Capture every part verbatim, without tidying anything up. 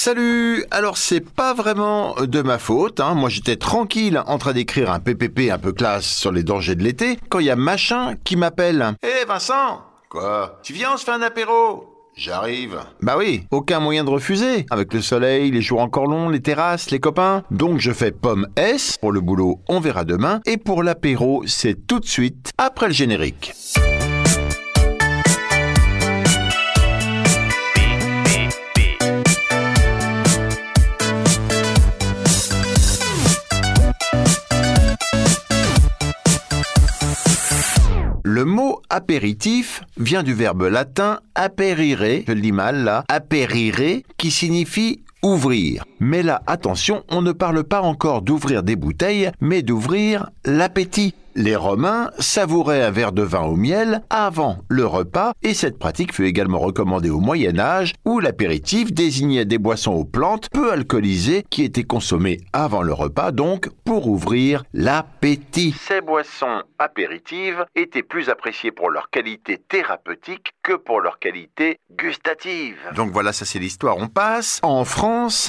Salut! Alors c'est pas vraiment de ma faute, hein. Moi j'étais tranquille en train d'écrire un P P P un peu classe sur les dangers de l'été, quand il y a machin qui m'appelle. Hé hey, Vincent! Quoi? Tu viens, on se fait un apéro? J'arrive. Bah oui, aucun moyen de refuser. Avec le soleil, les jours encore longs, les terrasses, les copains. Donc je fais pomme S, pour le boulot on verra demain, et pour l'apéro c'est tout de suite après le générique. Le mot apéritif vient du verbe latin aperire, je le dis mal là, aperire, qui signifie ouvrir. Mais là, attention, on ne parle pas encore d'ouvrir des bouteilles, mais d'ouvrir l'appétit. Les Romains savouraient un verre de vin au miel avant le repas et cette pratique fut également recommandée au Moyen-Âge où l'apéritif désignait des boissons aux plantes peu alcoolisées qui étaient consommées avant le repas, donc pour ouvrir l'appétit. Ces boissons apéritives étaient plus appréciées pour leur qualité thérapeutique que pour leur qualité gustative. Donc voilà, ça c'est l'histoire. On passe en France.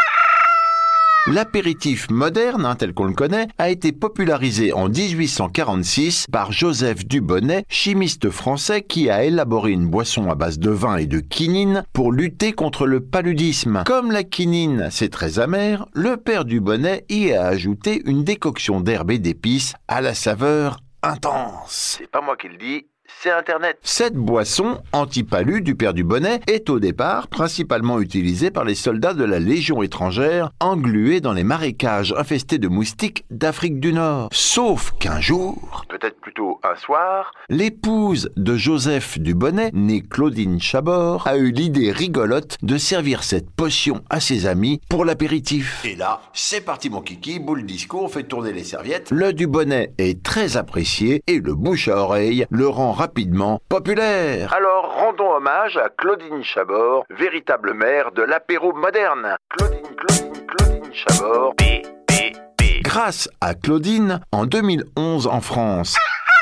L'apéritif moderne, hein, tel qu'on le connaît, a été popularisé en dix-huit cent quarante-six par Joseph Dubonnet, chimiste français qui a élaboré une boisson à base de vin et de quinine pour lutter contre le paludisme. Comme la quinine, c'est très amer, le père Dubonnet y a ajouté une décoction d'herbes et d'épices à la saveur intense. C'est pas moi qui le dis. C'est Internet. Cette boisson anti-palu du père Dubonnet est au départ principalement utilisée par les soldats de la Légion étrangère englués dans les marécages infestés de moustiques d'Afrique du Nord. Sauf qu'un jour, peut-être plutôt un soir, l'épouse de Joseph Dubonnet, née Claudine Chabord, a eu l'idée rigolote de servir cette potion à ses amis pour l'apéritif. Et là, c'est parti mon kiki, boule disco, on fait tourner les serviettes. Le Dubonnet est très apprécié et le bouche à oreille le rend rapidement populaire. Alors rendons hommage à Claudine Chabord, véritable mère de l'apéro moderne. Claudine, Claudine, Claudine Chabord. B, B, B. Grâce à Claudine, en deux mille onze en France,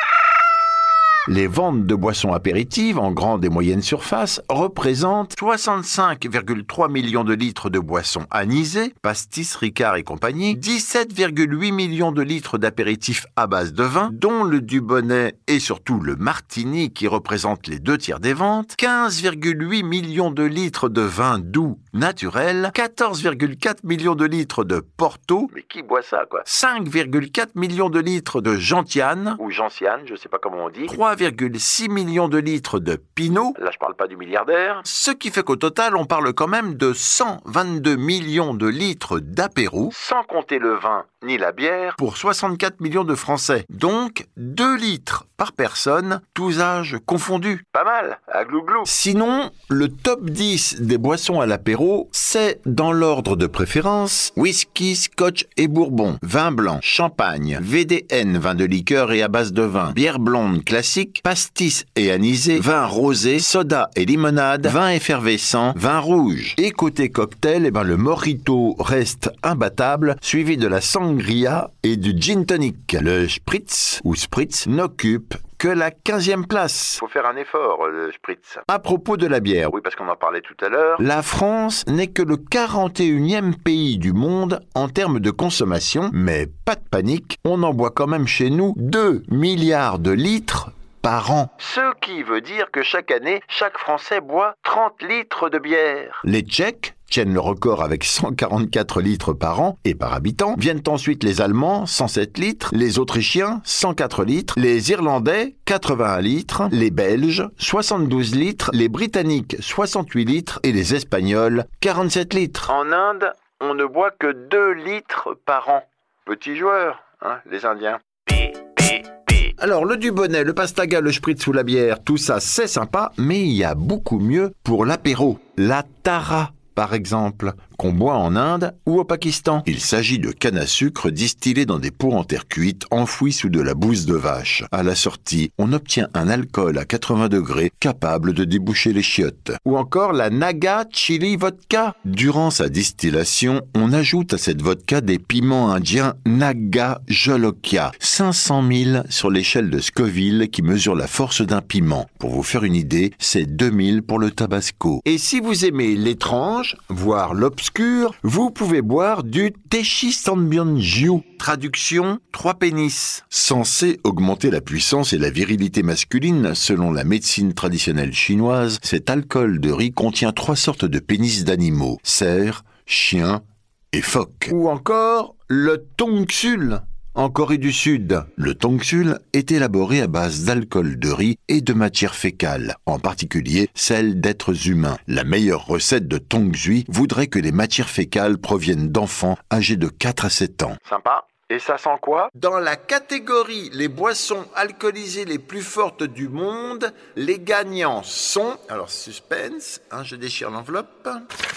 les ventes de boissons apéritives en grande et moyenne surface représentent soixante-cinq virgule trois millions de litres de boissons anisées, pastis, Ricard et compagnie, dix-sept virgule huit millions de litres d'apéritifs à base de vin, dont le Dubonnet et surtout le Martini qui représente les deux tiers des ventes, quinze virgule huit millions de litres de vin doux naturel, quatorze virgule quatre millions de litres de Porto, mais qui boit ça quoi, cinq virgule quatre millions de litres de Gentiane, ou Gentiane, je sais pas comment on dit, trois virgule six millions de litres de Pinot, là je parle pas du milliardaire, ce qui fait qu'au total on parle quand même de cent vingt-deux millions de litres d'apéro, sans compter le vin ni la bière, pour soixante-quatre millions de Français. Donc deux litres par personne, tous âges confondus. Pas mal, à glouglou. Sinon, le top dix des boissons à l'apéro, c'est dans l'ordre de préférence whisky, scotch et bourbon, vin blanc, champagne, V D N, vin de liqueur et à base de vin, bière blonde classique, pastis et anisé, vin rosé, soda et limonade, vin effervescent, vin rouge. Et côté cocktail, eh ben le mojito reste imbattable, suivi de la sangria et du gin tonic. Le spritz ou spritz n'occupe que la quinzième place. Faut faire un effort, le spritz. À propos de la bière, oui, parce qu'on en parlait tout à l'heure, la France n'est que le quarante et unième pays du monde en termes de consommation, mais pas de panique, on en boit quand même chez nous deux milliards de litres par an. Ce qui veut dire que chaque année, chaque Français boit trente litres de bière. Les Tchèques tiennent le record avec cent quarante-quatre litres par an et par habitant. Viennent ensuite les Allemands, cent sept litres, les Autrichiens, cent quatre litres, les Irlandais, quatre-vingt-un litres, les Belges, soixante-douze litres, les Britanniques, soixante-huit litres et les Espagnols, quarante-sept litres. En Inde, on ne boit que deux litres par an. Petits joueurs, hein, les Indiens. Alors, le Dubonnet, le Pastaga, le Spritz ou la bière, tout ça, c'est sympa, mais il y a beaucoup mieux pour l'apéro. La Tara, par exemple, qu'on boit en Inde ou au Pakistan. Il s'agit de canne à sucre distillée dans des pots en terre cuite enfouis sous de la bouse de vache. À la sortie, on obtient un alcool à quatre-vingts degrés capable de déboucher les chiottes. Ou encore la Naga Chili Vodka. Durant sa distillation, on ajoute à cette vodka des piments indiens Naga Jolokia, cinq cent mille sur l'échelle de Scoville qui mesure la force d'un piment. Pour vous faire une idée, c'est deux mille pour le Tabasco. Et si vous aimez l'étrange, voire l'obscur, vous pouvez boire du Teshi Sanbyeonju. Traduction, trois pénis. Censé augmenter la puissance et la virilité masculine, selon la médecine traditionnelle chinoise, cet alcool de riz contient trois sortes de pénis d'animaux, cerfs, chiens et phoques. Ou encore le tongsul. En Corée du Sud, le tongsul est élaboré à base d'alcool de riz et de matière fécale, en particulier celle d'êtres humains. La meilleure recette de tongsu voudrait que les matières fécales proviennent d'enfants âgés de quatre à sept ans. Sympa. Et ça sent quoi? Dans la catégorie les boissons alcoolisées les plus fortes du monde, les gagnants sont... Alors, suspense, hein, je déchire l'enveloppe.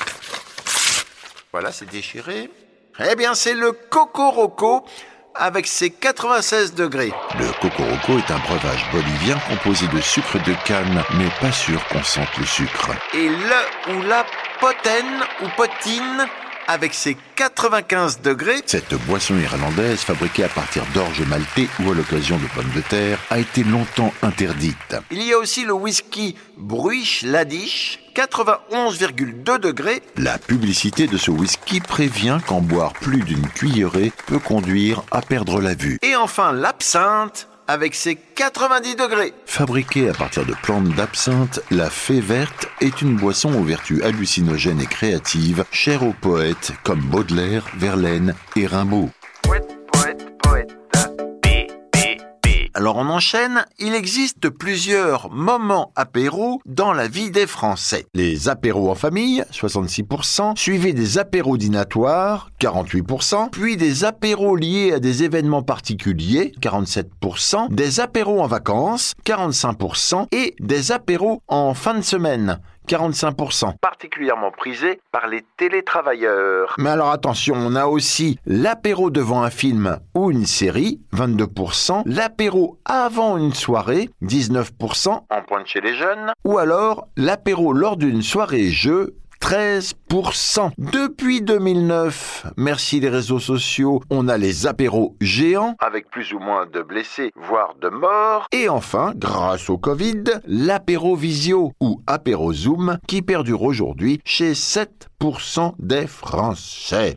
Voilà, c'est déchiré. Eh bien, c'est le Cocoroco avec ses quatre-vingt-seize degrés. Le Cocoroco est un breuvage bolivien composé de sucre de canne, mais pas sûr qu'on sente le sucre. Et le ou la potène ou potine avec ses quatre-vingt-quinze degrés. Cette boisson irlandaise, fabriquée à partir d'orge maltais ou à l'occasion de pommes de terre, a été longtemps interdite. Il y a aussi le whisky Bruich Ladish, quatre-vingt-onze virgule deux degrés. La publicité de ce whisky prévient qu'en boire plus d'une cuillerée peut conduire à perdre la vue. Et enfin l'absinthe, avec ses quatre-vingt-dix degrés. Fabriquée à partir de plantes d'absinthe, la fée verte est une boisson aux vertus hallucinogènes et créatives, chère aux poètes comme Baudelaire, Verlaine et Rimbaud. Poète, poète, poète. B, B, B. Alors on enchaîne, il existe plusieurs moments apéros dans la vie des Français. Les apéros en famille, soixante-six pour cent, suivis des apéros dînatoires, quarante-huit pour cent, puis des apéros liés à des événements particuliers, quarante-sept pour cent, des apéros en vacances, quarante-cinq pour cent, et des apéros en fin de semaine, quarante-cinq pour cent. Particulièrement prisé par les télétravailleurs. Mais alors attention, on a aussi l'apéro devant un film ou une série, vingt-deux pour cent, l'apéro avant une soirée, dix-neuf pour cent, En pointe chez les jeunes. ou alors l'apéro lors d'une soirée jeu, treize pour cent. Depuis deux mille neuf, merci les réseaux sociaux, on a les apéros géants. Avec plus ou moins de blessés, voire de morts. Et enfin, grâce au Covid, l'apéro visio ou apéro Zoom qui perdure aujourd'hui chez sept pour cent des Français.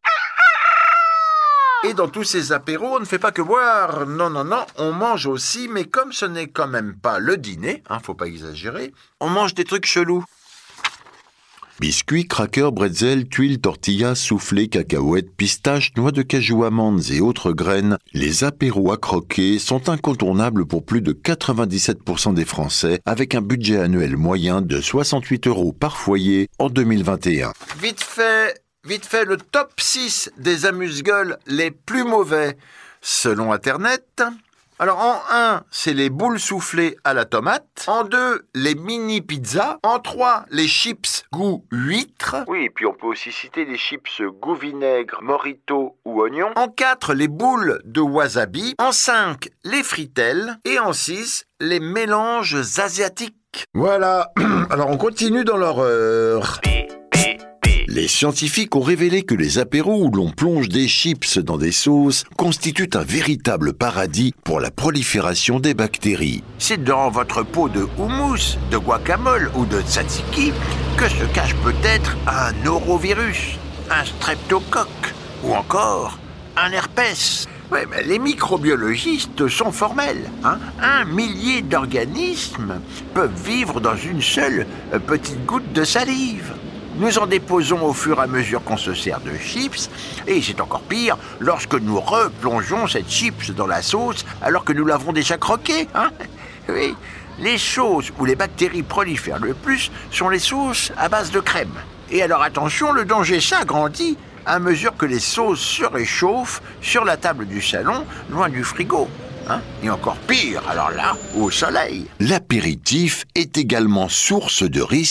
Et dans tous ces apéros, on ne fait pas que boire. Non, non, non, on mange aussi, mais comme ce n'est quand même pas le dîner, hein, faut pas exagérer, on mange des trucs chelous. Biscuits, crackers, bretzels, tuiles, tortillas, soufflés, cacahuètes, pistaches, noix de cajou, amandes et autres graines, les apéros à croquer sont incontournables pour plus de quatre-vingt-dix-sept pour cent des Français, avec un budget annuel moyen de soixante-huit euros par foyer en deux mille vingt et un. Vite fait, vite fait le top six des amuse-gueules les plus mauvais, selon Internet. Alors en un, c'est les boules soufflées à la tomate. En deux, les mini pizzas. En trois, les chips goût huître. Oui, et puis on peut aussi citer les chips goût vinaigre, morito ou oignon. En quatre, les boules de wasabi. En cinq, les fritelles. Et en six, les mélanges asiatiques. Voilà, alors on continue dans l'horreur. Les scientifiques ont révélé que les apéros où l'on plonge des chips dans des sauces constituent un véritable paradis pour la prolifération des bactéries. C'est dans votre pot de houmous, de guacamole ou de tzatziki que se cache peut-être un norovirus, un streptocoque ou encore un herpès. Ouais, mais les microbiologistes sont formels. Hein. Un millier d'organismes peuvent vivre dans une seule petite goutte de salive. Nous en déposons au fur et à mesure qu'on se sert de chips, et c'est encore pire lorsque nous replongeons cette chips dans la sauce alors que nous l'avons déjà croquée. Hein. Oui, les sauces où les bactéries prolifèrent le plus sont les sauces à base de crème. Et alors attention, le danger s'agrandit à mesure que les sauces se réchauffent sur la table du salon, loin du frigo. Hein? Et encore pire, alors là, au soleil. L'apéritif est également source de risques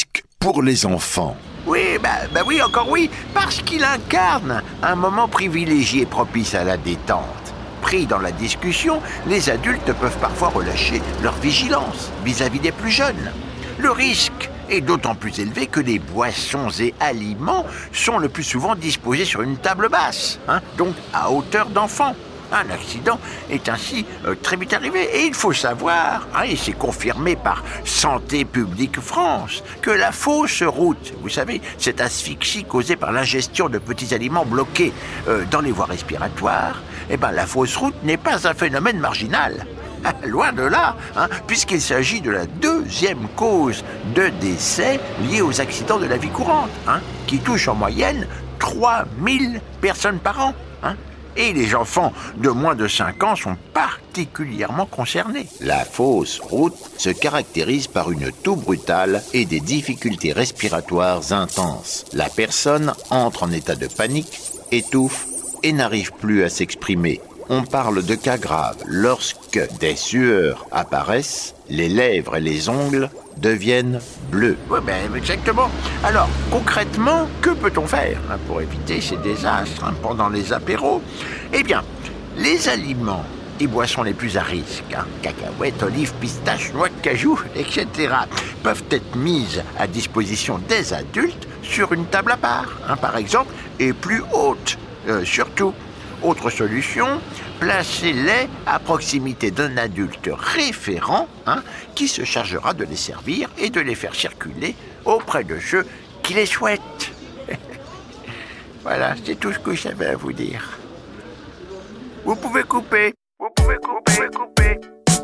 pour les enfants. Oui, bah, bah oui, encore oui, parce qu'il incarne un moment privilégié propice à la détente. Pris dans la discussion, les adultes peuvent parfois relâcher leur vigilance vis-à-vis des plus jeunes. Le risque est d'autant plus élevé que les boissons et aliments sont le plus souvent disposés sur une table basse, hein, donc à hauteur d'enfant. Un accident est ainsi euh, très vite arrivé. Et il faut savoir, hein, et c'est confirmé par Santé publique France, que la fausse route, vous savez, cette asphyxie causée par l'ingestion de petits aliments bloqués euh, dans les voies respiratoires, eh ben, la fausse route n'est pas un phénomène marginal. Loin de là, hein, puisqu'il s'agit de la deuxième cause de décès liée aux accidents de la vie courante, hein, qui touche en moyenne trois mille personnes par an. Hein. Et les enfants de moins de cinq ans sont particulièrement concernés. La fausse route se caractérise par une toux brutale et des difficultés respiratoires intenses. La personne entre en état de panique, étouffe et n'arrive plus à s'exprimer. On parle de cas graves lorsque des sueurs apparaissent, les lèvres et les ongles deviennent bleus. Oui, ben exactement. Alors, concrètement, que peut-on faire hein, pour éviter ces désastres hein, pendant les apéros? Eh bien, les aliments et boissons les plus à risque, hein, cacahuètes, olives, pistaches, noix de cajou, et cetera, peuvent être mises à disposition des adultes sur une table à part, hein, par exemple, et plus haute, euh, surtout. Autre solution, placez-les à proximité d'un adulte référent hein, qui se chargera de les servir et de les faire circuler auprès de ceux qui les souhaitent. Voilà, c'est tout ce que j'avais à vous dire. Vous pouvez couper. Vous pouvez couper, couper.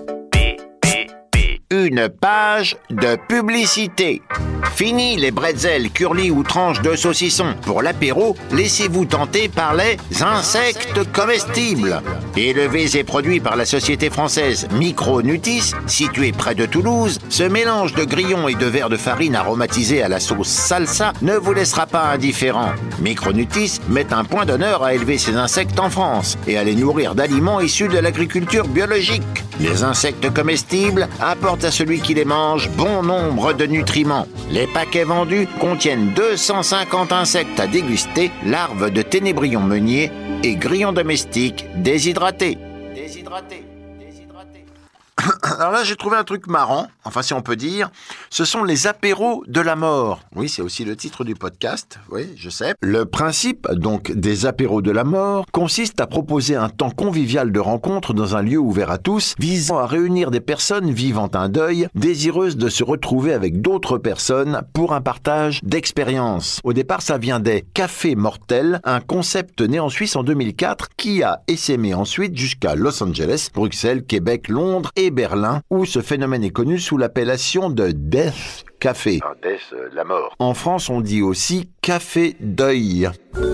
Une page de publicité. Fini les bretzels, curlis ou tranches de saucisson. Pour l'apéro, laissez-vous tenter par les insectes comestibles. Élevés et produits par la société française Micronutis, située près de Toulouse, ce mélange de grillons et de verres de farine aromatisés à la sauce salsa ne vous laissera pas indifférent. Micronutis met un point d'honneur à élever ces insectes en France et à les nourrir d'aliments issus de l'agriculture biologique. Les insectes comestibles apportent à celui qui les mange bon nombre de nutriments. Les paquets vendus contiennent deux cent cinquante insectes à déguster, larves de ténébrions meuniers et grillons domestiques déshydratés. Déshydratés. Alors là, j'ai trouvé un truc marrant, enfin si on peut dire, ce sont les apéros de la mort. Oui, c'est aussi le titre du podcast, oui, je sais. Le principe, donc, des apéros de la mort consiste à proposer un temps convivial de rencontre dans un lieu ouvert à tous, visant à réunir des personnes vivant un deuil, désireuses de se retrouver avec d'autres personnes pour un partage d'expériences. Au départ, ça vient des cafés mortels, un concept né en Suisse en deux mille quatre qui a essaimé ensuite jusqu'à Los Angeles, Bruxelles, Québec, Londres et Berlin, où ce phénomène est connu sous l'appellation de Death Café. Ah, death, euh, la mort. En France, on dit aussi café deuil.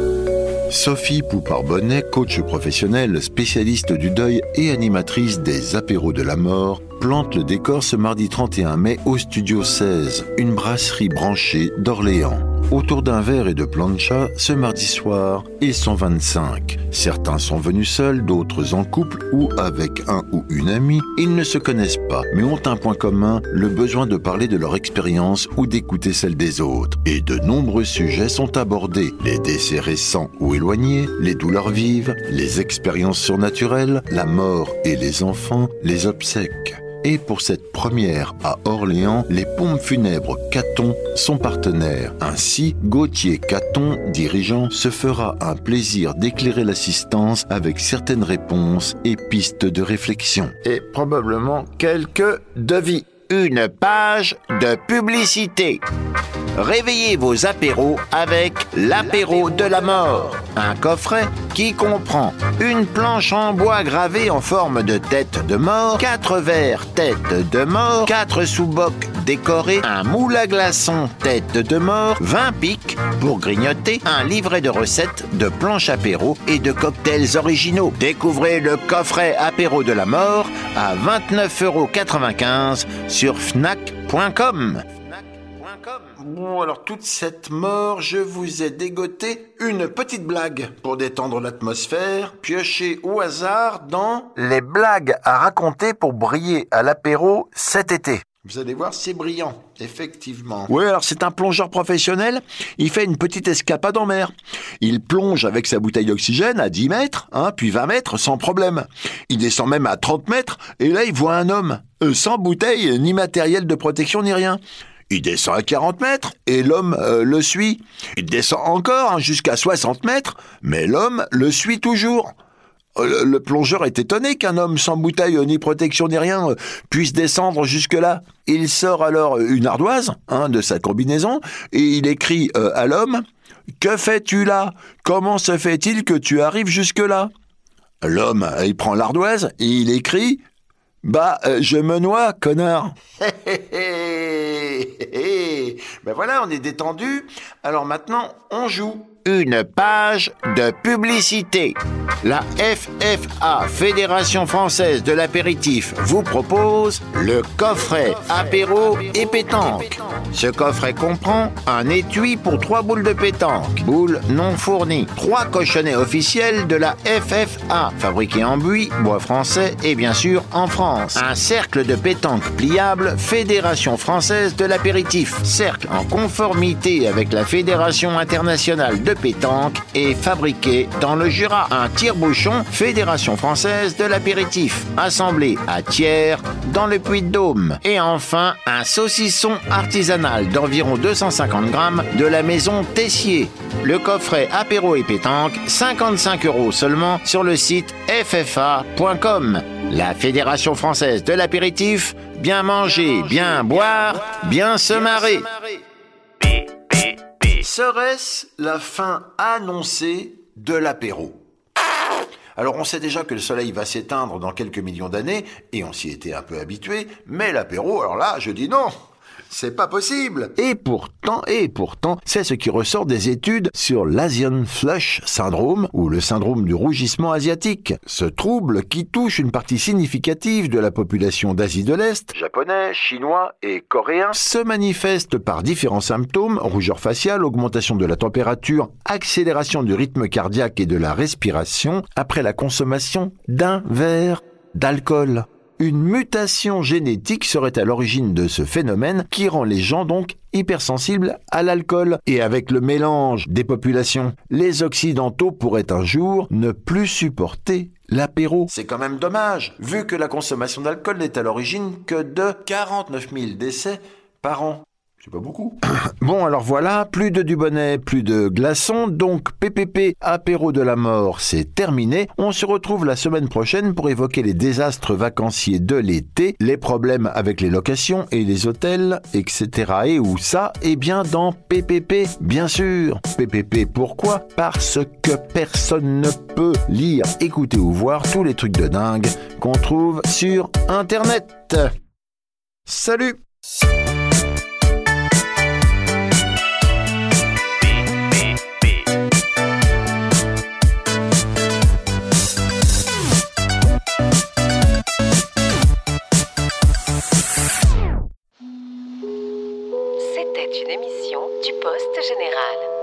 Sophie Poupard-Bonnet, coach professionnelle, spécialiste du deuil et animatrice des apéros de la mort, plante le décor ce mardi trente et un mai au Studio seize, une brasserie branchée d'Orléans. Autour d'un verre et de plancha, ce mardi soir, ils sont vingt-cinq. Certains sont venus seuls, d'autres en couple ou avec un ou une amie. Ils ne se connaissent pas, mais ont un point commun, le besoin de parler de leur expérience ou d'écouter celle des autres. Et de nombreux sujets sont abordés. Les décès récents ou éloignés, les douleurs vives, les expériences surnaturelles, la mort et les enfants, les obsèques. Et pour cette première à Orléans, les pompes funèbres Caton sont partenaires. Ainsi, Gauthier Caton, dirigeant, se fera un plaisir d'éclairer l'assistance avec certaines réponses et pistes de réflexion. Et probablement quelques devis. Une page de publicité. Réveillez vos apéros avec l'apéro de la mort. Un coffret qui comprend une planche en bois gravée en forme de tête de mort, quatre verres tête de mort, quatre sous-bocs décorés, un moule à glaçons tête de mort, vingt pics pour grignoter, un livret de recettes de planches apéro et de cocktails originaux. Découvrez le coffret apéro de la mort à vingt-neuf euros quatre-vingt-quinze sur fnac point com. Bon, alors toute cette mort, je vous ai dégoté une petite blague pour détendre l'atmosphère, piocher au hasard dans les blagues à raconter pour briller à l'apéro cet été. Vous allez voir, c'est brillant, effectivement. Oui, alors c'est un plongeur professionnel. Il fait une petite escapade en mer. Il plonge avec sa bouteille d'oxygène à dix mètres, hein, puis vingt mètres sans problème. Il descend même à trente mètres, et là il voit un homme, euh, sans bouteille, ni matériel de protection, ni rien. Il descend à quarante mètres, et l'homme euh, le suit. Il descend encore hein, jusqu'à soixante mètres, mais l'homme le suit toujours. Le, le plongeur est étonné qu'un homme sans bouteille, ni protection, ni rien, euh, puisse descendre jusque-là. Il sort alors une ardoise hein, de sa combinaison et il écrit euh, à l'homme « Que fais-tu là ? Comment se fait-il que tu arrives jusque-là » L'homme, il prend l'ardoise et il écrit « Bah, euh, je me noie, connard !» Ben voilà, on est détendu. Alors maintenant, on joue. Une page de publicité. La F F A, Fédération Française de l'Apéritif, vous propose le coffret apéro et pétanque. Ce coffret comprend un étui pour trois boules de pétanque, boules non fournies, trois cochonnets officiels de la F F A, fabriqués en buis, bois français et bien sûr en France. Un cercle de pétanque pliable, Fédération Française de l'Apéritif, cercle en conformité avec la Fédération internationale de pétanque et fabriqué dans le Jura. Un tire-bouchon Fédération Française de l'Apéritif, assemblé à Thiers dans le Puy-de-Dôme. Et enfin, un saucisson artisanal d'environ deux cent cinquante grammes de la maison Tessier. Le coffret apéro et pétanque, cinquante-cinq euros seulement sur le site f f a point com. La Fédération Française de l'Apéritif, bien manger, bien boire, bien se marrer. Serait-ce la fin annoncée de l'apéro ? Alors on sait déjà que le soleil va s'éteindre dans quelques millions d'années, et on s'y était un peu habitué, mais l'apéro, alors là, je dis non, c'est pas possible. Et pourtant, et pourtant, c'est ce qui ressort des études sur l'Asian Flush Syndrome, ou le syndrome du rougissement asiatique. Ce trouble qui touche une partie significative de la population d'Asie de l'Est, japonais, chinois et coréens, se manifeste par différents symptômes, rougeur faciale, augmentation de la température, accélération du rythme cardiaque et de la respiration, après la consommation d'un verre d'alcool. Une mutation génétique serait à l'origine de ce phénomène qui rend les gens donc hypersensibles à l'alcool. Et avec le mélange des populations, les Occidentaux pourraient un jour ne plus supporter l'apéro. C'est quand même dommage, vu que la consommation d'alcool n'est à l'origine que de quarante-neuf mille décès par an. C'est pas beaucoup. Bon, alors voilà, plus de Dubonnet, plus de glaçons, donc P P P, apéro de la mort, c'est terminé. On se retrouve la semaine prochaine pour évoquer les désastres vacanciers de l'été, les problèmes avec les locations et les hôtels, et cetera. Et où ça ? Eh bien dans P P P, bien sûr. P P P, pourquoi ? Parce que personne ne peut lire, écouter ou voir tous les trucs de dingue qu'on trouve sur Internet. Salut ! C'était une émission du Poste Général.